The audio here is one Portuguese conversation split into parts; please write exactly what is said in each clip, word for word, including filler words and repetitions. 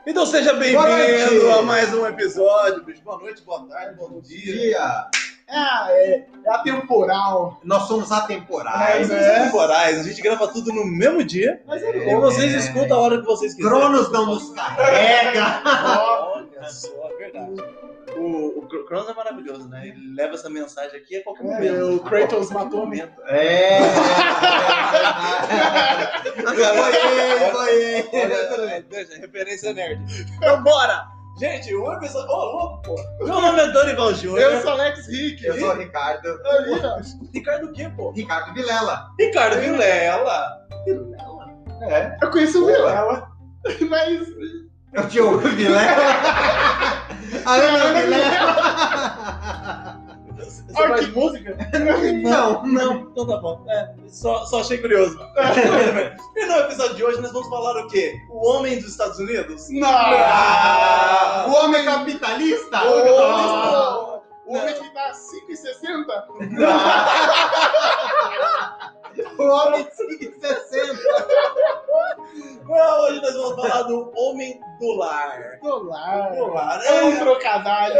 Então seja bem-vindo a mais um episódio, bicho. Boa noite, boa tarde, bom dia. dia. Ah, é, é atemporal. Nós somos atemporais. Nós somos atemporais, a gente grava tudo no mesmo dia. Mas é E louco. vocês escutam a hora que vocês quiserem. Cronos não nos carrega. Olha só, é verdade. O, o Cronos é maravilhoso, né? Ele leva essa mensagem aqui a qualquer É, momento. o Kratos matou a momento. É. Foi ele, foi ele. Deixa, referência nerd. Então bora! Gente, o episódio... Ô, louco, pô! Meu nome é Dorival Júnior. Eu sou Alex Rick. Eu sou o Ricardo. Ali, ó. Ricardo o quê, pô? Ricardo Vilela. Ricardo Vilela. Vilela? É. Eu conheci o Vilela. Mas. Eu tinha o Vilela. A Ana Vilela. Você Olha faz que música? Não, não. Então tá bom. É, só, só achei curioso. E no episódio de hoje nós vamos falar o quê? O homem dos Estados Unidos? Não! Ah, o homem capitalista. O homem, Não. o homem que tá cinco e sessenta? O homem cinco e sessenta. Não, hoje nós vamos falar do homem do lar. Dólar. Do lar. É um É. trocadilho.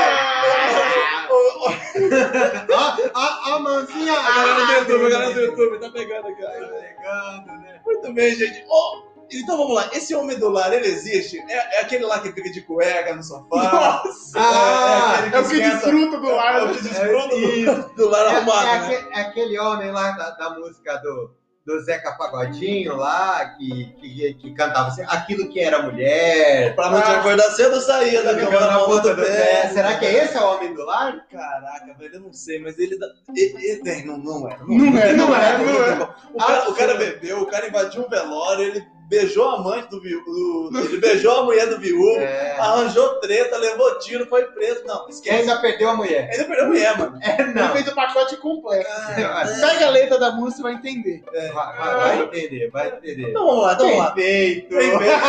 Ó, ó, ó, mãozinha. A galera do YouTube, a galera do YouTube, tá pegando aqui. ó. Pegando, né? Muito bem, gente. Ó, então vamos lá. Esse homem do lar, ele existe? É, é aquele lá que fica de cueca no sofá? Nossa! Ah, aquele É o que esquenta- desfruta do É lar. o que desfruta Isso. do, do lar É, arrumado, é né? aque- é aquele homem lá da, da música do, do Zeca Pagodinho lá, que, que, que cantava assim, aquilo que era mulher. Pra não te acordar cedo, saía da cama na ponta do pé. Será que é esse o homem do lar? Caraca, velho, eu não sei, mas ele... dá- ele, ele- ele- não, não é. Não é, não é, não não é. O cara, Ah, o cara sim. bebeu, o cara invadiu um velório, ele beijou a amante do viúvo, ele beijou a mulher do viúvo, É. arranjou treta, levou tiro, foi preso. Não, E esquece. ainda perdeu a mulher. Ainda perdeu a mulher, mano. É, Ele não. fez o pacote completo. Cara, Pega a letra da música e vai entender. Vai, vai, vai entender, vai entender. então vamos lá, então vamos lá. Perfeito. Bem, bem.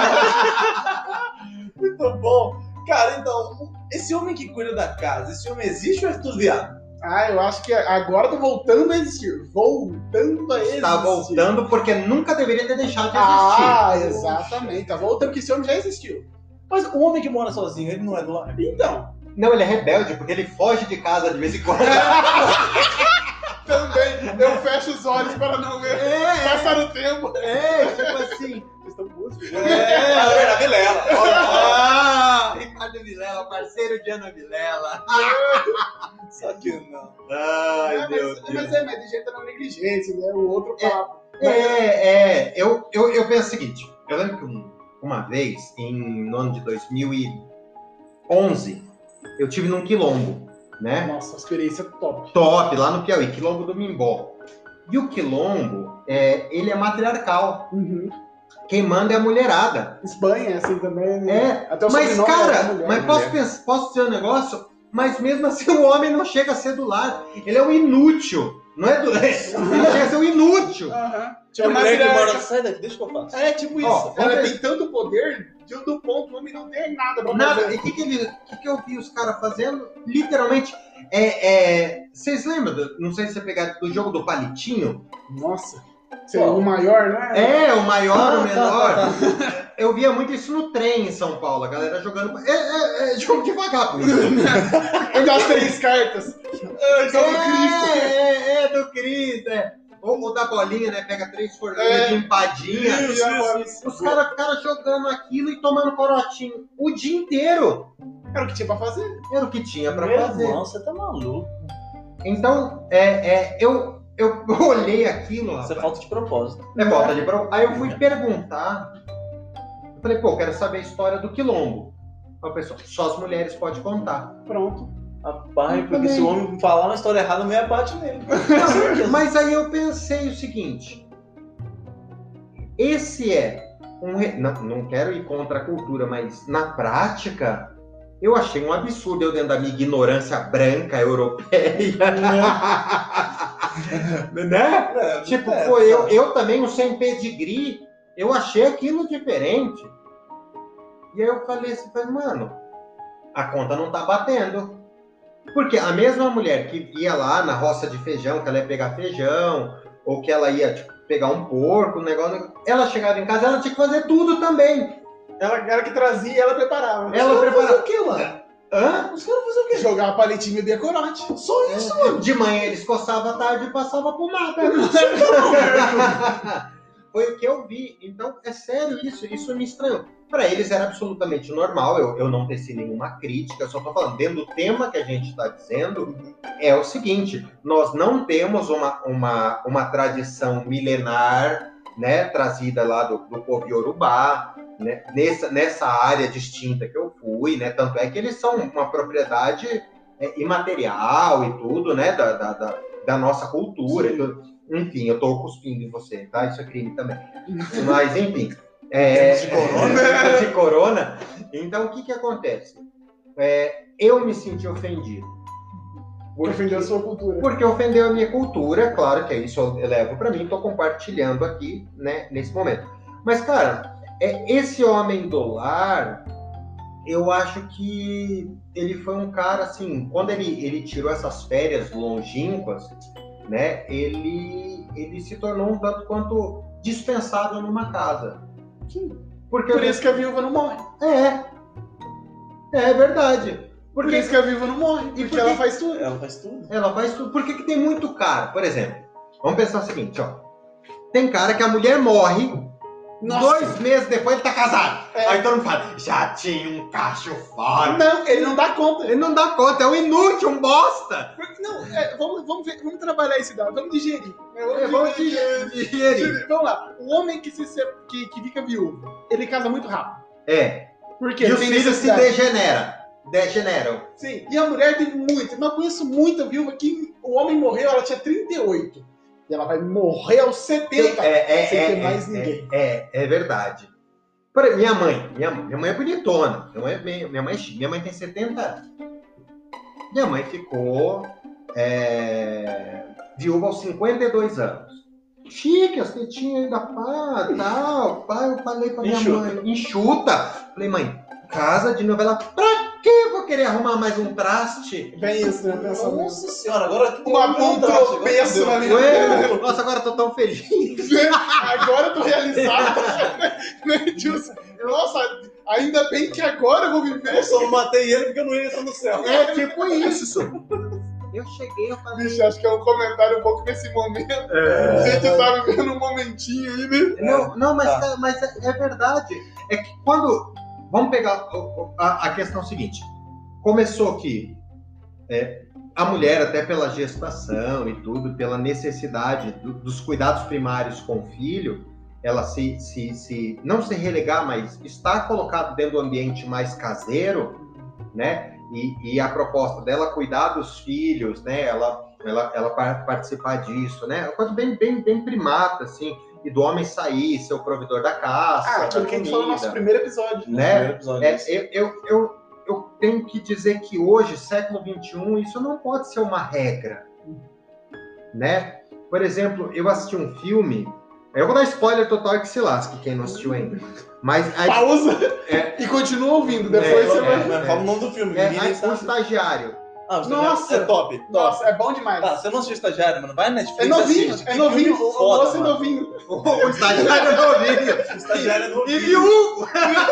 Muito bom. Cara, então, esse homem que cuida da casa, esse homem existe ou é tudo viado? Ah, eu acho que agora tá voltando a existir. Voltando a existir. Tá voltando porque nunca deveria ter deixado de existir. Ah, exatamente. Tá voltando que esse homem já existiu. Mas o homem que mora sozinho, ele não é do lar? Então, Não, ele é rebelde porque ele foge de casa de vez em quando. também eu fecho os olhos para não ver. É, Passar o tempo. é, tipo assim. Estão músicos. É, É, a Vilela. Ah, Ricardo Vilela, parceiro de Ana Vilela. Só que não. Ai, É, Deus, mas, Deus. mas é, mas de jeito na negligência, né? O outro papo. É, é, eu, eu, eu penso o seguinte, eu lembro que um- uma vez, em, no ano de dois mil e onze, eu tive num quilombo, né? Nossa, experiência top. Top, lá no Piauí, quilombo do Mimbó. E o quilombo, é, ele é matriarcal, Uhum. quem manda é a mulherada. Espanha é assim também, né? É, Até o mas sobrenome é da cara, mulher. mas posso, pensar, posso dizer um negócio? Mas mesmo assim o homem não chega a ser do lar, ele é um inútil, não é do ele chega a ser um inútil. Aham. Tipo, É mulher que matriarca. mora... Sai daqui, deixa que eu faço. É tipo isso. Ó, Ela vamos tem tanto poder de do ponto o homem não tem nada pra Nada. fazer. E o que, que, ele- que, que eu vi os caras fazendo? Literalmente, é, é, vocês lembram? do- não sei se você pegar do jogo do palitinho. Nossa. Você é o maior, né? É, o maior, Ah, o menor. tá, tá, Eu via muito isso no trem em São Paulo, a galera jogando. É, é, é jogo de vagabundo. Eu das três cartas. Ah, então do Cristo. É, é, é do Cristo, é. Ou, ou da bolinha, né? Pega três forminhas É. de empadinha. Isso, isso, isso. Os caras cara jogando aquilo e tomando corotinho o dia inteiro. Era o que tinha pra fazer. Era o que tinha pra Meu fazer. irmão, você tá maluco. Então, é, é, eu, eu olhei aquilo, Isso é rapaz. falta de propósito. É falta de prova. Aí eu fui perguntar. Eu falei, pô, quero saber a história do quilombo. Aí o pessoal, só as mulheres podem contar. Pronto. Rapaz, porque também. se o homem falar uma história errada, a mulher bate nele. Mas aí eu pensei o seguinte. Esse é um... re- Não, não quero ir contra a cultura, mas na prática... Eu achei um absurdo eu dentro da minha ignorância branca europeia. Né? É, Tipo, é, pô, eu, eu também, um sem pedigree, eu achei aquilo diferente. E aí eu falei assim, falei, mano, a conta não tá batendo. Porque a mesma mulher que ia lá na roça de feijão, que ela ia pegar feijão, ou que ela ia tipo, pegar um porco, um negócio, ela chegava em casa, ela tinha que fazer tudo também. Ela era que trazia e ela preparava. Ela Fazer preparava. o que lá? Hã? Os caras faziam o quê? Jogava palitinho e bebia corote. Só isso, mano. De manhã eles coçavam à tarde e passavam pomada. Foi o que eu vi. Então, é sério isso. Isso me estranhou. Para eles era absolutamente normal. Eu, eu não teci nenhuma crítica. Eu só tô falando, dentro do tema que a gente está dizendo, é o seguinte. Nós não temos uma, uma, uma tradição milenar, né, trazida lá do, do povo Yorubá, né, nessa, nessa área distinta que eu fui, né, tanto é que eles são uma propriedade é, imaterial e tudo, né, da, da, da, da nossa cultura. E tudo. Enfim, eu tô cuspindo em você, tá? Isso é crime também. Mas, enfim. É, de corona. de corona. Então, o que que acontece? É, eu me senti ofendido. Porque ofendeu a sua cultura. Porque ofendeu a minha cultura, claro que é isso eu levo pra mim, tô compartilhando aqui, né, nesse momento. Mas, cara, é, esse homem do lar, eu acho que ele foi um cara, assim, quando ele, ele tirou essas férias longínquas, né, ele, ele se tornou um tanto quanto dispensável numa casa. Sim. Porque Por eu- isso que a viúva não morre. É, é verdade. Por Porque isso que a viúva não morre. Porque por ela que- faz tudo. Ela faz tudo. ela faz tudo. Por que que tem muito cara? Por exemplo, vamos pensar o seguinte, ó. Tem cara que a mulher morre, Nossa. dois meses depois ele tá casado. É. Aí todo mundo fala, já tinha um cacho fora. Não, ele não dá conta. Ele não dá conta, é um inútil, um bosta. Porque, não, é, vamos, vamos, ver, vamos trabalhar esse dado, vamos digerir. né? É, vamos digerir. digerir. Vamos lá. O homem que, se, se- que, que fica viúvo, ele casa muito rápido. É. Porque E ele os tem filhos se necessidade. degeneram. Degeneram. Sim, e a mulher tem muito. Mas eu conheço muita viúva que o homem morreu, ela tinha trinta e oito. E ela vai morrer aos setenta. É, é, sem é, ter é, mais é, ninguém. É, é verdade. Por exemplo, minha mãe, minha, minha mãe é bonitona. Minha mãe, é bem- minha, mãe, minha mãe tem setenta anos. Minha mãe ficou é, viúva aos cinquenta e dois anos. Chique, as tetinhas ainda pá, tal, pá. Eu falei pra minha Enxuta. mãe, enxuta. Falei, mãe, casa de novo. Ela, pra que eu vou querer arrumar mais um traste? Vem isso, né? Pensamento. Nossa senhora, agora que tem Uma- um um traço, tropeço agora na fudeu. minha- Ué, nossa, agora eu tô tão feliz. Agora eu tô realizado. Né, Dilson? Nossa, ainda bem que agora eu vou viver. Eu só não matei ele porque eu não ia estar no céu. É tipo isso. Eu cheguei, eu falei. Bicho, acho que é um comentário um pouco nesse momento. A É. gente tá vivendo um momentinho aí, né? Não, não, mas, Tá. mas é, é verdade. É que quando. Vamos pegar o- o- a, a questão seguinte. Começou que é, a mulher, até pela gestação e tudo, pela necessidade do- dos cuidados primários com o filho, ela se, se, se não se relegar, mas estar colocado dentro do ambiente mais caseiro, né? E, e a proposta dela cuidar dos filhos, né? Ela, ela, ela par- participar disso, né? É uma coisa bem, bem, bem primata, assim. E do homem sair, ser o provedor da casa, Ah, da aquilo que a gente falou no nosso comida. primeiro episódio. Né? Primeiro episódio É, disso. eu, eu, eu, eu tenho que dizer que hoje, século vinte e um, isso não pode ser uma regra, né? Por exemplo, eu assisti um filme, eu vou dar spoiler total que se lasque, quem não assistiu ainda, mas aí, Pausa É. e continua ouvindo. Depois É, você é, vai. Mas fala o nome do filme, é, ninguém nem aí, o sabe. estagiário, Ah, o Nossa! estagiário é top, top. Nossa, é bom demais. Tá, você não assistiu Estagiário, mano, vai na Netflix É novinho, assiste. é Que novinho. filme O foda, moço é mano. novinho. o estagiário é novinho, O Estagiário é e novinho. viúvo.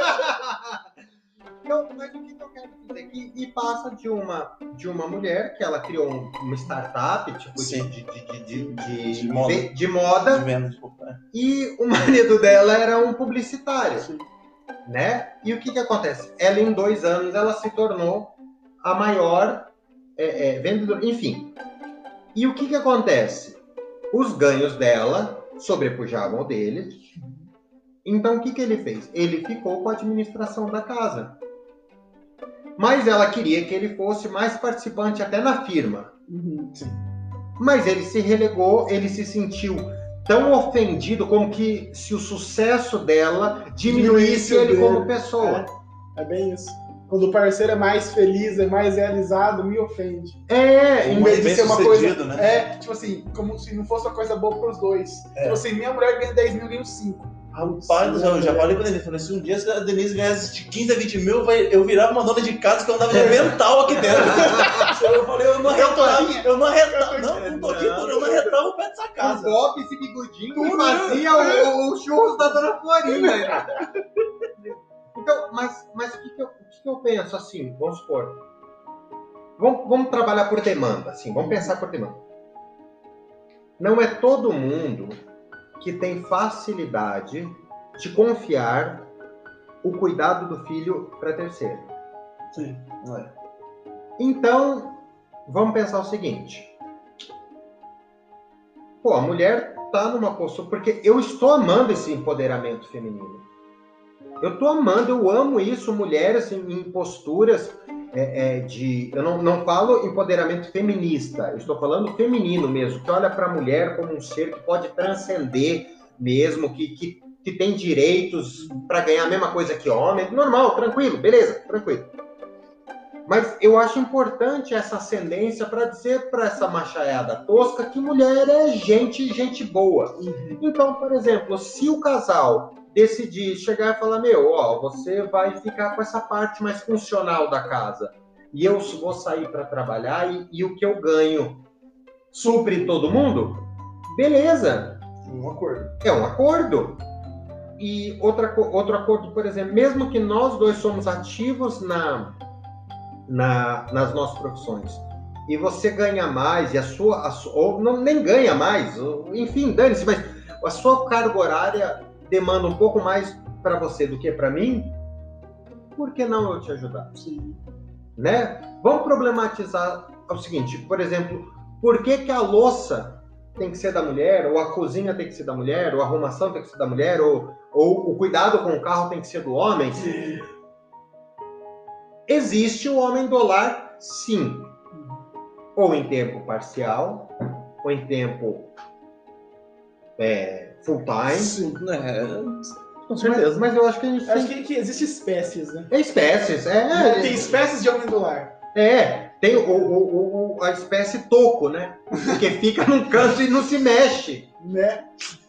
Então, mas o que eu quero dizer? E, e passa de uma, de uma mulher que ela criou um- uma startup, tipo, de, Sim. de, de, de, de, De moda. de- de moda, De venda, tipo, é. e o marido dela era um publicitário, Sim. né? E o que que acontece? Ela, em dois anos, ela se tornou a maior é, é, vendedora, enfim. E o que que acontece? Os ganhos dela sobrepujavam o dele. Então, o que que ele fez? Ele ficou com a administração da casa. Mas ela queria que ele fosse mais participante até na firma. Uhum. Mas ele se relegou, ele se sentiu tão ofendido como que se o sucesso dela diminuísse Diminuísse o ele dele. como pessoa. É bem isso. Quando o parceiro é mais feliz, é mais realizado, me ofende. É, Em Como vez é de bem ser uma sucedido, coisa. né? É, tipo assim, como se não fosse uma coisa boa pros dois. É. Tipo assim, minha mulher ganha dez mil, eu ganho cinco. Rapaz do céu, eu já falei pra Denise, falei, se um dia a Denise ganhasse de quinze a vinte mil, vai- eu virava uma dona de casa que eu andava de mental aqui dentro. Eu falei, eu não arretava, eu não arretava, não, não tô aqui, eu não arretava o pé dessa Com casa. golpe, esse bigodinho, e fazia o, o churros da Dona Florinda. mas, mas o, que, que, eu, o que, que eu penso assim? Vamos supor. Vamos, vamos trabalhar por demanda, assim, vamos pensar por demanda. Não é todo mundo que tem facilidade de confiar o cuidado do filho para terceiro. Sim, não é. Então, vamos pensar o seguinte. Pô, a mulher tá numa postura... Porque eu estou amando esse empoderamento feminino. Eu tô amando, eu amo isso, mulheres em, em posturas é, é, de... Eu não, não falo empoderamento feminista, eu estou falando feminino mesmo, que olha para a mulher como um ser que pode transcender mesmo, que, que, que tem direitos para ganhar a mesma coisa que homem. Normal, tranquilo, beleza, tranquilo. Mas eu acho importante essa ascendência para dizer para essa machaiada tosca que mulher é gente, gente boa. Uhum. Então, por exemplo, se o casal decidir chegar e falar, meu, ó, você vai ficar com essa parte mais funcional da casa e eu vou sair para trabalhar e, e o que eu ganho supre todo mundo, beleza. Um acordo. É um acordo. E outra, outro acordo, por exemplo, mesmo que nós dois somos ativos na... Na, nas nossas profissões, e você ganha mais, e a sua, a sua ou não, nem ganha mais, ou, enfim, dane-se, mas a sua carga horária demanda um pouco mais para você do que para mim, por que não eu te ajudar? Sim. Né? Vamos problematizar o seguinte, por exemplo, por que que a louça tem que ser da mulher, ou a cozinha tem que ser da mulher, ou a arrumação tem que ser da mulher, ou, ou o cuidado com o carro tem que ser do homem? Sim. Existe o homem do lar, sim. Ou em tempo parcial, ou em tempo é, full time. Sim, é, com certeza. Mas, mas eu acho que a gente Acho tem... que, que existe espécies, né? É espécies, é. Tem espécies de homem do lar. É, tem o, o, o, a espécie toco, né? Porque fica num canto e não se mexe. Né?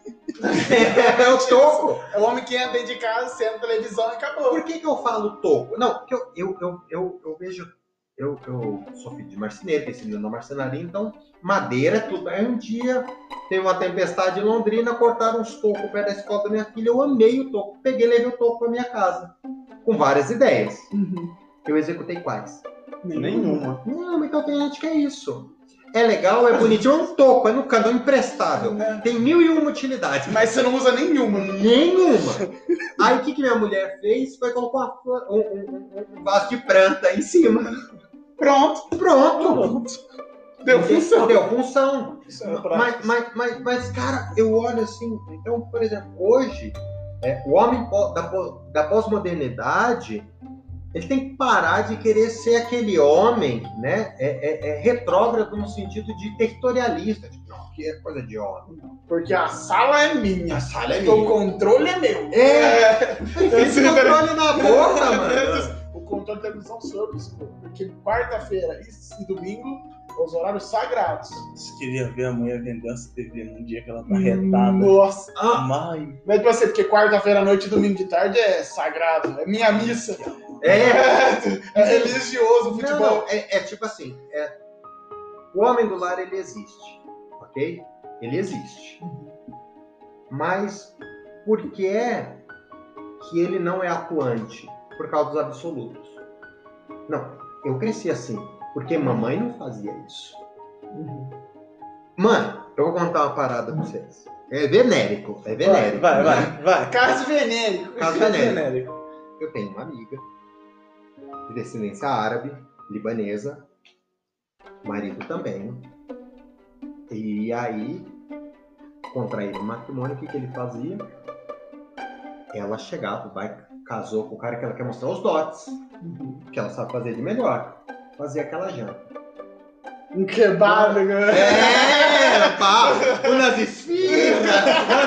É, é o toco. É o homem que entra dentro de casa, senta televisão e acabou. Por que que eu falo toco? Não, porque eu, eu, eu, eu, eu vejo... Eu, eu sou filho de marceneiro, cresci na marcenaria, então madeira é tudo. Aí um dia teve uma tempestade em Londrina, cortaram uns tocos perto da escola da minha filha, eu amei o toco. Peguei e levei o toco para minha casa, com várias ideias. Uhum. Eu executei quais? Nenhuma. Não, mas então tem gente que é isso. É legal, é bonitinho, é um toco, é no canto, é um imprestável. Tem mil e uma utilidades. Mas você não usa nenhuma. Nenhuma. Aí o que, que minha mulher fez? Foi colocar um, um, um vaso de planta em cima. Pronto. Pronto. Pronto. Deu função. Deu função. É mas, mas, mas, mas, cara, eu olho assim... Então, por exemplo, hoje, é, o homem da, da pós-modernidade... Ele tem que parar de querer ser aquele homem, né, é, é, é retrógrado no sentido de territorialista. Tipo, não, que é coisa de homem. Porque a sala é minha. A sala é então, minha. O controle é meu. É. Esse controle na boca, mano. O controle da televisão sou eu, porque quarta-feira e domingo os horários sagrados. Você queria ver a mulher vendendo essa T V num dia que ela tá retada. Nossa. Ah, mãe. Mas pra você, porque quarta-feira à noite e domingo de tarde é sagrado. É minha missa. É. É religioso o futebol. Não, não, é, é tipo assim, é, o homem do lar, ele existe, ok? Ele existe. Mas por que é que ele não é atuante? Por causa dos absolutos. Não, eu cresci assim, porque mamãe não fazia isso. Uhum. Mano, eu vou contar uma parada pra vocês. É venérico, é venérico. Vai, vai, vai. vai. Caso venérico. Caso Caso venérico. venérico. Eu tenho uma amiga de descendência árabe, libanesa, marido também. E aí, contraíram matrimônio, o que, que ele fazia? Ela chegava, vai, casou com o cara que ela quer mostrar os dotes, Uhum. que ela sabe fazer de melhor. Fazia aquela janta. Um kebab, né? É, pá! Umas esfirras!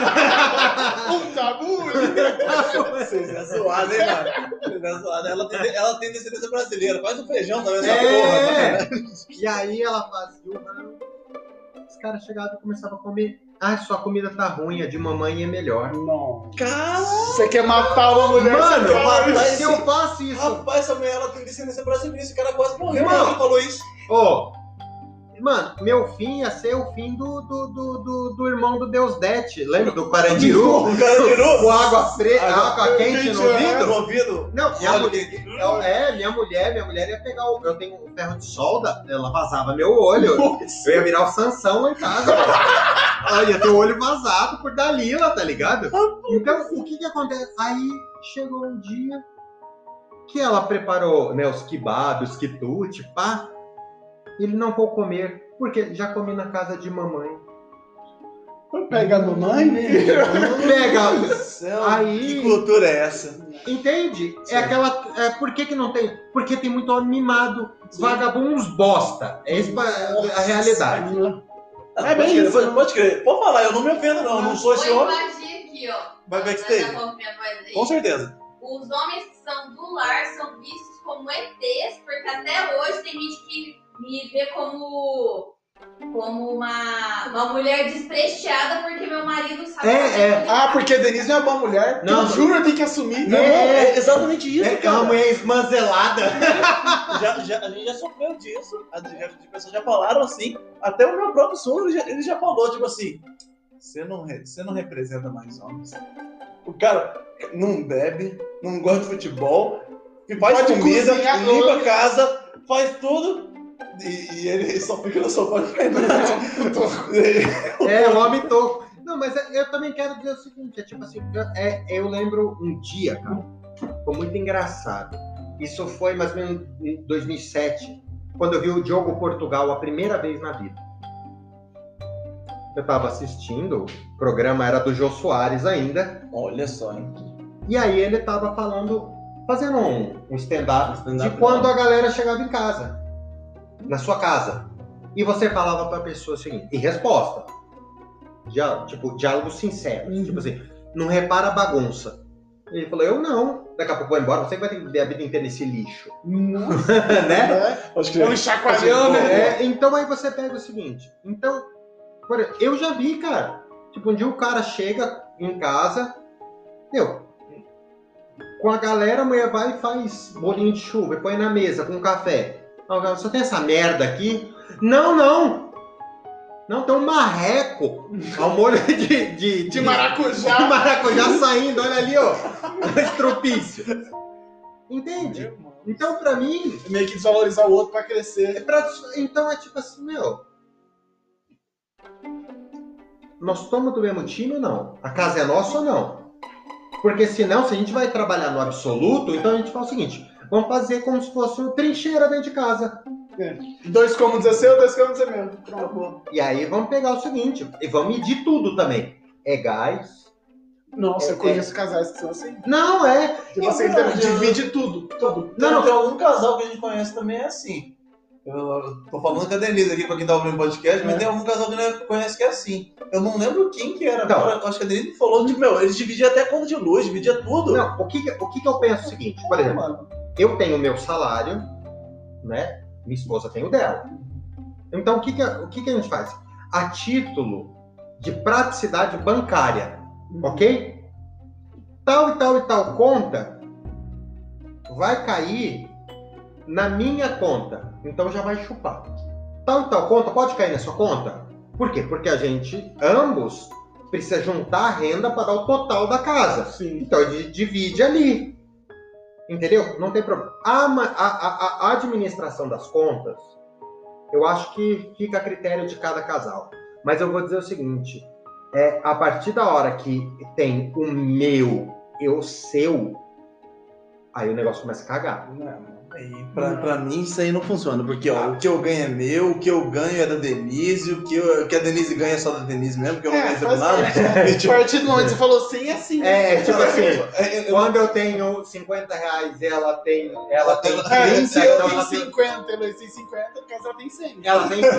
Um tabule! Vocês é zoado, hein, mano? Vocês é zoado. Ela tem, ela tem descendência brasileira. Faz um feijão também, essa É. porra. E aí ela fazia o rango. Os caras chegavam e começavam a comer. Ah, sua comida tá ruim, a de mamãe é melhor. Não. Cara, Você quer matar uma mulher? Mano, você fala mas isso. se eu faço isso... rapaz, essa mulher ela tem descendência brasileira. Esse cara quase morreu. Não. Ela falou isso. Ó, Mano, meu fim ia ser o fim do, do, do, do, do irmão do Deus Det. Lembra do Carandiru? O Carandiru? Com água fria, água, Água quente no ouvido? No ouvido? Não, minha Olha mulher, que- eu- é, minha mulher, minha mulher ia pegar o. Eu tenho um ferro de solda, ela vazava meu olho. Eu ia virar o Sansão lá em casa. Ela ia ter o olho vazado por Dalila, tá ligado? Então, o que que acontece? Aí chegou um dia que ela preparou, né, os kebab, os quitute, pá. Ele não vou comer, porque já comi na casa de mamãe. Pega a mamãe, Pega. Meu Deus do céu, Aí- que cultura é essa? Entende? Sim. É aquela. É, por que, que não tem? Porque tem muito homem mimado, Sim. vagabundos bosta. É isso a realidade. É pode bem crer, isso, pode, né? pode crer. Pode falar, eu não me ofendo, não. Eu não sou esse Vou homem. invadir aqui, ó. Vai Tá backstage. acompanhando mais aí. Com certeza. Os homens que são do lar são vistos como E Tês, porque até hoje tem gente que me vê como, como uma, uma mulher desprestiada porque meu marido sabe É, fazer é. comida. Ah, porque a Denise não é uma boa mulher. Não. Não, juro, tem que assumir. Não, É. é exatamente isso, É cara. uma mulher esmanzelada. Já, já, a gente já sofreu disso. As pessoas já falaram assim. Até o meu próprio sogro, já- ele já falou, tipo assim, você não, re- você não representa mais homens. O cara não bebe, não gosta de futebol, e faz Pode comida, cozinhar, limpa olha. a casa, faz tudo. E, e ele só fica no sofá de É, o homem toco. Não, mas é- eu também quero dizer o seguinte: é tipo assim, eu, é, eu lembro um dia, cara, foi muito engraçado. Isso foi mais ou menos em dois mil e sete, quando eu vi o Diogo Portugal a primeira vez na vida. Eu tava assistindo, o programa era do Jô Soares ainda, Olha só, hein? e aí ele tava falando, fazendo um, um stand-up Stand-up de quando a galera chegava em casa, na sua casa. E você falava pra pessoa o seguinte, e resposta. Dia- tipo, diálogos sinceros. Uhum. Tipo assim, não repara a bagunça. Ele falou, eu não. Daqui a pouco eu vou embora, você que vai ter que viver a vida inteira nesse lixo. Nossa, Né? Acho que é um chacoalhando. É, então aí você pega o seguinte. Então, por exemplo, eu já vi, cara. Tipo, um dia o cara chega em casa, meu, com a galera, a mulher vai e faz bolinho de chuva e põe na mesa com café. Ah, o cara, só tem essa merda aqui? Não, não! Não, tem um marreco ao molho de, de, De maracujá. de maracujá saindo, olha ali, ó. Estropício. Entende? Então, pra mim, Meio que desvalorizar o outro pra é crescer. pra, então é tipo assim, meu. Nós somos do mesmo time ou não? A casa é nossa ou não? Porque senão, se a gente vai trabalhar no absoluto, então a gente fala o seguinte: vamos fazer como se fosse uma trincheira dentro de casa. Dois cômodos é seu, dois cômodos é meu. Pronto. E aí vamos pegar o seguinte, e vamos medir tudo também. É gás? Nossa, É, eu conheço casais que são assim. Não, é. Que você Eu- eu- divide tudo. Tudo. Não, Não, não. tem algum casal que a gente conhece também é assim. Eu tô falando com a Denise aqui pra quem tá ouvindo o podcast, mas É. tem algum casal que a gente conhece que é assim. Eu não lembro quem que era, Não. agora, eu acho que a Denise falou de, meu, eles dividiam até conta de luz, dividia tudo. Não, o que, que- o que, que eu penso é o seguinte, por exemplo, Mano. eu tenho o meu salário, né? Minha esposa tem o dela. Então, o que, que, o que, que a gente faz? A título de praticidade bancária, ok? Tal e tal e tal conta vai cair na minha conta, então já vai chupar. Tal e tal conta pode cair na sua conta? Por quê? Porque a gente, ambos, precisa juntar a renda para dar o total da casa. Sim. Então, a gente divide ali. Entendeu? Não tem problema. A, ma- a, a, a administração das contas, eu acho que fica a critério de cada casal. Mas eu vou dizer o seguinte, é, a partir da hora que tem o meu e o seu, aí o negócio começa a cagar. Não, aí, pra, pra mim isso aí não funciona, porque ó, o que eu ganho é meu, o que eu ganho é da Denise, o que, eu- o que a Denise ganha é só da Denise mesmo, porque eu não É, ganho faz nada. parte. E, tipo, A partir do momento que você falou sim, é sim. É, tipo assim, é, eu- quando eu tenho cinquenta reais, ela tem, ela tem É, trinta, se eu então tenho ela tem cinquenta, ela tem cinquenta, porque ela tem cem. Ela tem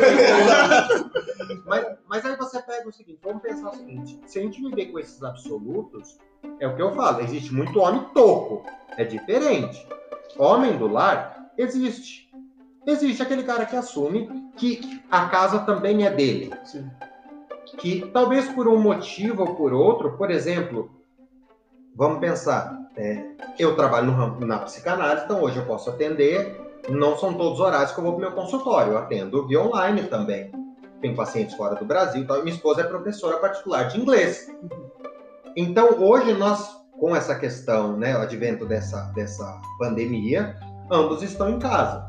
que mas, mas aí você pega o seguinte, vamos pensar o seguinte, se a gente viver com esses absolutos, é o que eu falo, existe muito homem toco, é diferente. Homem do lar, existe. Existe aquele cara que assume que a casa também é dele. Sim. Que talvez por um motivo ou por outro, por exemplo, vamos pensar, é, eu trabalho no ramo- na psicanálise, então hoje eu posso atender não são todos os horários que eu vou pro meu consultório. Eu atendo via online também. Tenho pacientes fora do Brasil. Então, minha esposa é professora particular de inglês. Então, hoje nós, com essa questão, né, o advento dessa, dessa pandemia, ambos estão em casa.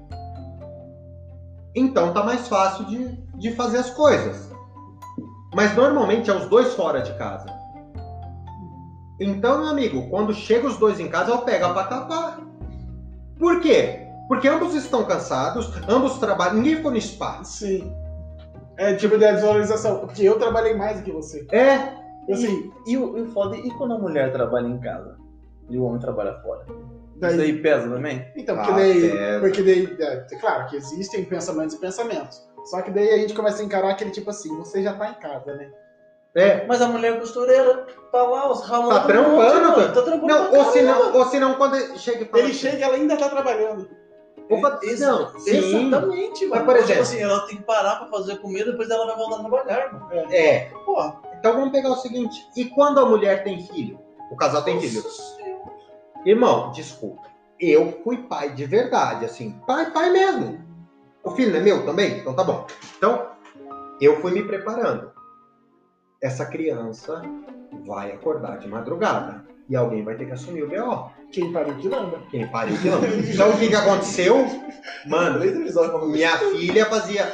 Então, tá mais fácil de, de fazer as coisas. Mas, normalmente, é os dois fora de casa. Então, meu amigo, quando chega os dois em casa, eu pego pra tapar. Por quê? Porque ambos estão cansados, ambos trabalham, ninguém foi no spa. Sim. É tipo de desvalorização, porque eu trabalhei mais do que você. É. Assim, E, e, o, e o foda, e quando a mulher trabalha em casa e o homem trabalha fora? daí, Isso aí pesa também? então, porque Ah, daí, pesa. porque daí, é, claro que existem pensamentos e pensamentos. Só que daí a gente começa a encarar aquele tipo assim, você já tá em casa, né? É. Mas a mulher costureira tá lá, os ralando. Tá trampando, mano, tá- tá trampando. Não, pra ou se caramba. não, ou se não, quando ele chega e fala Ele assim, chega e ela ainda tá trabalhando. Opa, Ex- não, sim. Exatamente, Mas, mano. por Tipo exemplo- assim, ela tem que parar pra fazer comida, depois ela vai voltar a trabalhar, mano. É. Porra, Então vamos pegar o seguinte, e quando a mulher tem filho? O casal tem filho. Nossa Senhora. Irmão, desculpa. Eu fui pai de verdade, assim. Pai, pai mesmo. O filho não é meu também? Então tá bom. Então, eu fui me preparando. Essa criança vai acordar de madrugada. E alguém vai ter que assumir o B O. quem pariu que lembra. Quem pariu que não. Então o que que aconteceu? Mano, Três episódios pra minha filha fazia...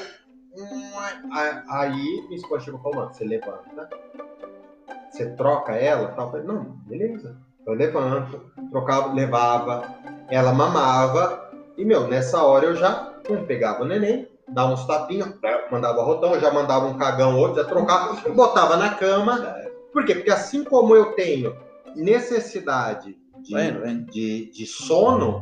Aí minha esposa chegou e falou, mano, você levanta, você troca ela, tal. Eu falei, não, beleza. Eu levanto, trocava, levava, ela mamava, e, meu, nessa hora eu já pum, pegava o neném, dava uns tapinhos, mandava rotão, eu já mandava um cagão, outro, já trocava, botava na cama. Por quê? Porque assim como eu tenho necessidade de, Vai indo, vai indo. de, de sono,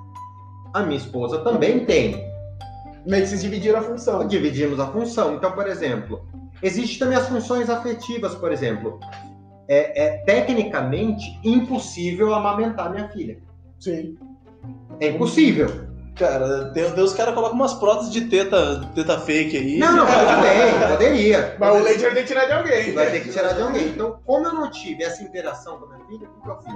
a minha esposa também tem. Meio que vocês dividiram a função. Dividimos a função. Então, por exemplo, existem também as funções afetivas, por exemplo. É, é tecnicamente impossível amamentar minha filha. Sim. É impossível. Cara, tem, tem os caras colocam umas próteses de teta, teta fake aí. Não, não, tudo bem, poderia. Mas o leite vai ter que tirar de alguém. Vai ter que tirar de alguém. Então, como eu não tive essa interação com a minha filha, o que eu fiz?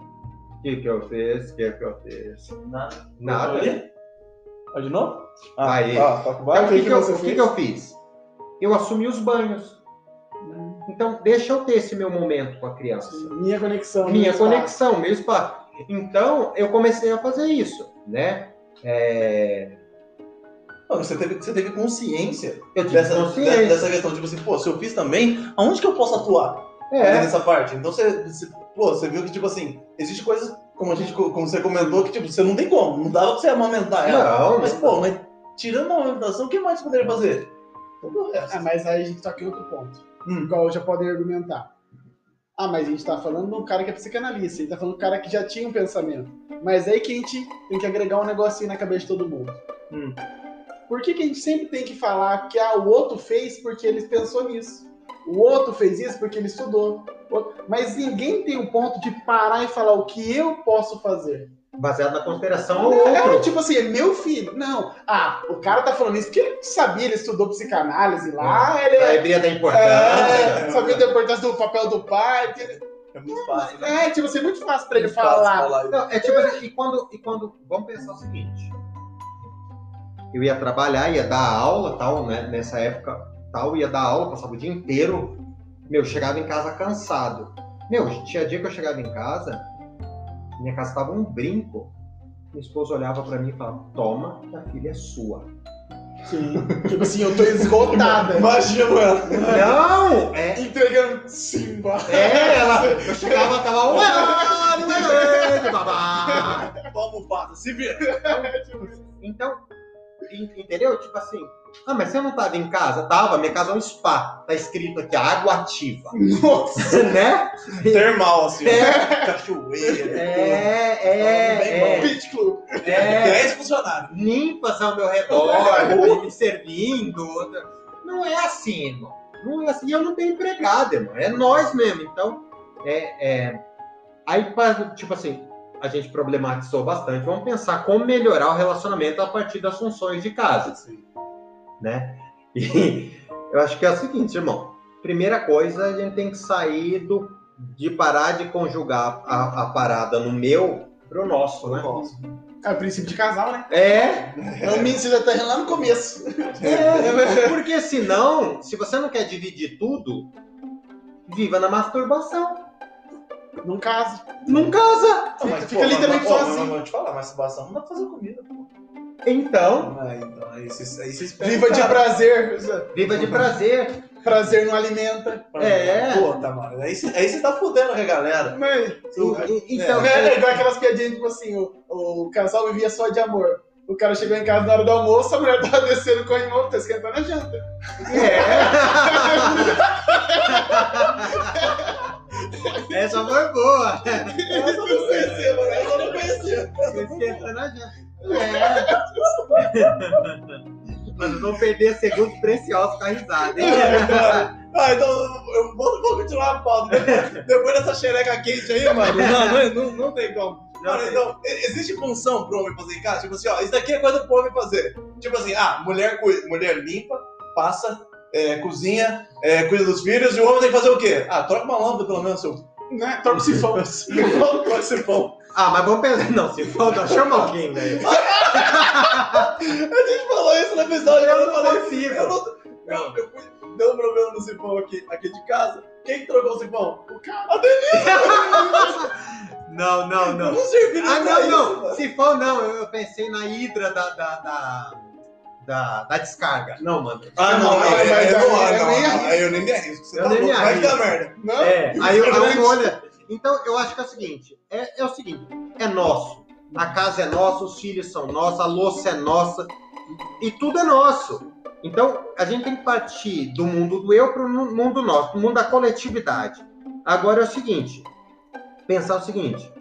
O que, que eu fiz? O que, que eu fiz? Nada. Nada. Olha. Vai de novo? Aí. Ó, toca o Então, barco. o que, que, eu, você o que fez? que eu fiz? Eu assumi os banhos. Então, deixa eu ter esse meu momento com a criança. Minha conexão. Minha meu espaço. conexão, meu espaço. Então, eu comecei a fazer isso, né? É... Não, você, teve, você teve consciência Eu tive dessa, consciência. dessa questão, tipo assim, pô, se eu fiz também, aonde que eu posso atuar É, nessa parte? Então você, você, pô, você viu que, tipo assim, existe coisas, como, a gente, como você comentou, que tipo, você não tem como, não dava pra você amamentar ela. não, Mas, não. pô, mas tirando a amamentação, o que mais você poderia fazer? Todo o resto. Ah, mas aí a gente toca em outro ponto. Hum. Igual já podem argumentar. Ah, mas a gente tá falando de um cara que é psicanalista, a gente tá falando de um cara que já tinha um pensamento. Mas aí que a gente tem que agregar um negocinho na cabeça de todo mundo. Hum. Por que, que a gente sempre tem que falar que ah, o outro fez porque ele pensou nisso? O outro fez isso porque ele estudou. O outro- Mas ninguém tem o ponto de parar e falar o que eu posso fazer. baseado na consideração ao É, outro. tipo assim, é meu filho. Não. Ah, o cara tá falando isso porque ele sabia, ele estudou psicanálise lá, ele Sabia da importância. é, sabia da importância do papel do pai. porque ele- É muito fácil, né? É, tipo assim, é muito fácil pra ele Muito fácil falar. isso. Não, é tipo assim, e quando, e quando. Vamos pensar o seguinte. Eu ia trabalhar, ia dar aula, tal, né? Nessa época, tal, ia dar aula, passava o dia inteiro. Meu, chegava em casa cansado. Meu, tinha dia que eu chegava em casa, minha casa tava um brinco. Minha esposa olhava pra mim e falava: toma, a filha é sua. Sim. Tipo assim, eu tô esgotada. Imagina ela. Não! É, Entregando Simba. é ela. Eu chegava e tava. Ué, ué, ué, babá. Toma o pato, se vira. Então, en- entendeu? Tipo assim, ah, mas você não tava em casa? Tava, minha casa é um spa. Tá escrito aqui, água ativa. Nossa. Né? Termal, assim. É. Cachoeira. É, Bem é, bom. Pit Club. é, é. Dez funcionários. Ninfas ao meu redor, me servindo. Não é assim, irmão. Não é assim. E eu não tenho empregado, irmão. É nós mesmo. Então, é, é... aí, pra- tipo assim, a gente problematizou bastante. Vamos pensar como melhorar o relacionamento a partir das funções de casa. Né? E eu acho que é o seguinte, irmão. Primeira coisa, a gente tem que sair do, de parar de conjugar a, a parada no meu pro nosso, né? É o princípio de casal, né? É, É o mínimo, você já tá rindo lá no começo. é, porque senão, se você não quer dividir tudo, viva na masturbação. Não casa. Não casa. Não, mas, Fica pô, literalmente mas, pô, sozinho. mas, mas, vou te falar, masturbação não dá pra fazer comida, pô. Então, Ah, então, aí vocês aí vocês Viva de prazer. viva de prazer. Prazer não alimenta. É. Pô, tá, mano. Aí, cê- aí você tá fudendo com a galera. Mas, E- e- Então, é, é igual aquelas piadinhas, tipo assim, o, o casal vivia só de amor. O cara chegou em casa na hora do almoço, a mulher tava descendo com o irmão, tá esquentando a janta. é. Essa foi boa. Essa eu não conhecia, mano. Essa eu não conhecia. Esquentando a janta. É. Mas não perder segundos preciosos com a risada, hein? Ah, então eu vou, vou continuar a pauta. Depois, depois dessa xereca quente aí, mano. Não, não, não, não tem como. Não Mano, tem. então, e- existe função pro homem fazer em casa? Tipo assim, ó, isso daqui é coisa pro homem fazer. Tipo assim, ah, mulher, cui- mulher limpa, passa, é, cozinha, é, cuida dos filhos, e o homem tem que fazer o quê? Ah, troca uma lâmpada pelo menos, seu. Né? Troca o sifão. Troca esse pão. Ah, mas vamos pensar. Não, se for, não, chama alguém, velho. A gente falou isso no episódio, Eu eu não falei, consigo. eu não. Eu, eu fui, deu um problema no sifão aqui, aqui de casa. Quem que trocou o sifão? O cara. A Denise! Não, não, Eu não. não servi nem Ah, pra não, isso, não. mano. Se for, não. Eu, eu pensei na hidra da, da, da, da, da descarga. Não, mano. Ah, não, Não, não, mas aí aí eu não, eu não, nem não, arrisco. aí eu nem me arrisco. Você Eu tá nem me louco, vai que dá arrisco. merda. Não? É, E aí eu, você aí eu não- olho. Então, eu acho que é o seguinte: é, é o seguinte, é nosso. A casa é nossa, os filhos são nossos, a louça é nossa, e tudo é nosso. Então, a gente tem que partir do mundo do eu para o mundo nosso, do mundo da coletividade. Agora é o seguinte: pensar o seguinte,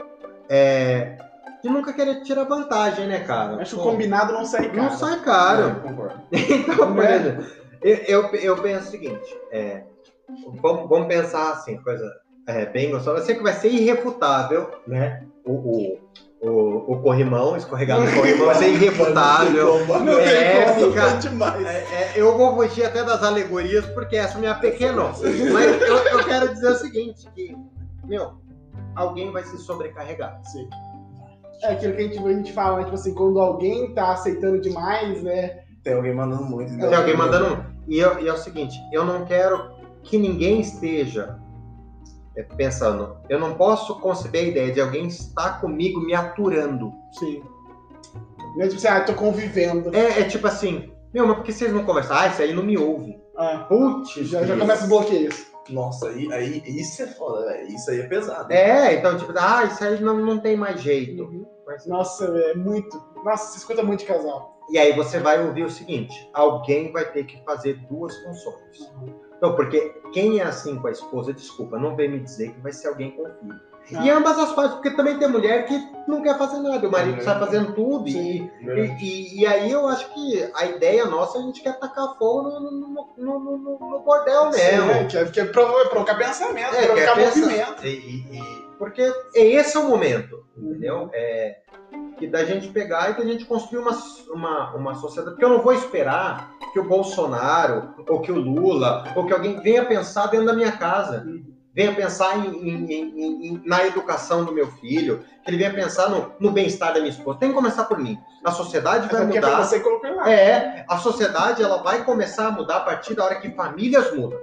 é, de nunca querer tirar vantagem, né, cara? Acho que o Pô, combinado não sai caro. não sai caro. Eu concordo. Então, por É. exemplo, eu, eu, eu penso o seguinte, é, vamos, vamos pensar assim, coisa é, bem gostosa. Eu sei que vai ser irrefutável, né? O, o, o, o corrimão, escorregar no corrimão vai ser irrefutável. Não É, tem como, fica- foi demais. É, é, eu vou fugir até das alegorias, porque essa é minha pequena. Mas eu, eu quero dizer o seguinte, que, meu, alguém vai se sobrecarregar. Sim. É aquilo que a gente, a gente fala, né? Tipo assim, quando alguém tá aceitando demais, né? Tem alguém mandando muito. Tem alguém mandando um. E, eu, e é o seguinte, eu não quero que ninguém esteja é, pensando, eu não posso conceber a ideia de alguém estar comigo me aturando. Sim. Não é tipo assim, ah, tô convivendo. É, é tipo assim, meu, mas por que vocês não conversam? Ah, isso aí não me ouve. Ah, Putz, já, já Deus. começa os bloqueios. Nossa, aí, aí isso é foda, velho. Isso aí é pesado. É, então, tipo, ah, isso aí não, não tem mais jeito. Uhum. Mas- Nossa, é muito. Nossa, você escuta muito de casal. E aí você vai ouvir o seguinte, alguém vai ter que fazer duas funções. Então, porque quem é assim com a esposa, desculpa, não vem me dizer que vai ser alguém com filho. Não. E ambas as partes, porque também tem mulher que não quer fazer nada, o marido Sim. sai fazendo tudo. E, Sim. e, e- e aí eu acho que a ideia nossa, a gente quer tacar fogo no, no, no, no- no- no bordel mesmo. É, quer, quer provo- provocar pensamento, É, provocar quer pensar- movimento. E- e- e- porque é esse é o momento, entendeu? É, que da gente pegar e da gente construir uma, uma, uma sociedade. Porque eu não vou esperar que o Bolsonaro, ou que o Lula, ou que alguém venha pensar dentro da minha casa. Venha pensar em, em- em- em- na educação do meu filho, que ele venha pensar no, no bem-estar da minha esposa. Tem que começar por mim. A sociedade vai Até porque foi mudar. você que colocou lá. É, a sociedade ela vai começar a mudar a partir da hora que famílias mudam,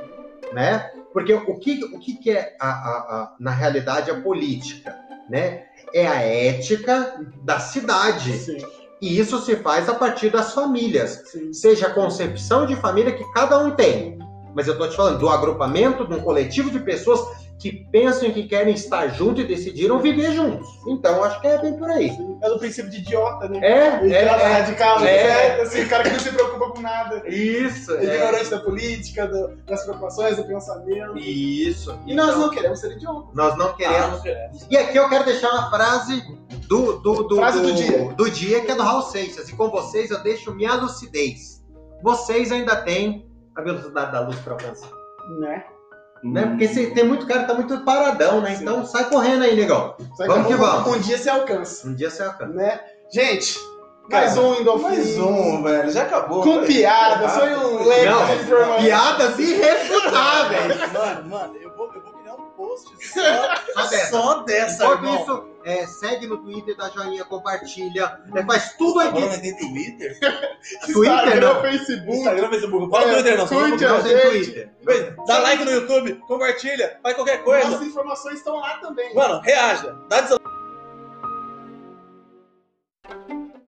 né? Porque o que, o que, que é, a, a, a, na realidade, a política, né? É a ética da cidade. Sim, E isso se faz a partir das famílias. sim. Seja a concepção de família que cada um tem. Mas eu tô te falando do agrupamento, de um coletivo de pessoas que pensam que querem estar juntos e decidiram viver juntos. Então, acho que é bem por aí. É do princípio de idiota, né? É, Idiota é, radical, é. né? Assim, o cara que não se preocupa com nada. Isso, é. Ignorante da política, do- das preocupações, do pensamento. Isso. E nós Então, não queremos ser idiotas. nós não Ah, queremos. não queremos. E aqui eu quero deixar uma frase do, do, do, Frase do dia. do dia, que é do Raul Seixas. E com vocês eu deixo minha lucidez. Vocês ainda têm a velocidade da luz para alcançar. Né? Né? Porque se- tem muito cara que tá muito paradão, né? Sim. Então sai correndo aí, negão. Só Vamos que um- vamos. Um dia você alcança. Um dia você alcança. Né? Gente, Mais um endorfina. Mais um, velho. Já acabou. Com velho. piadas, Ah, foi um leque Não, de informação. piadas irrefutáveis. Mano, mano, eu vou, eu vou criar um post Só só, dessa. só dessa, Enquanto irmão. isso, é, segue no Twitter, dá joinha, compartilha, é, faz tudo aí. Agora não tem Twitter? Twitter Instagram, não. Facebook. Instagram, Facebook. Fala É, no Twitter, não. senão eu curte vou- a Não tem gente. Twitter. Dá like no YouTube, compartilha, faz qualquer coisa. Nossas informações estão lá também. Mano, reaja. Dá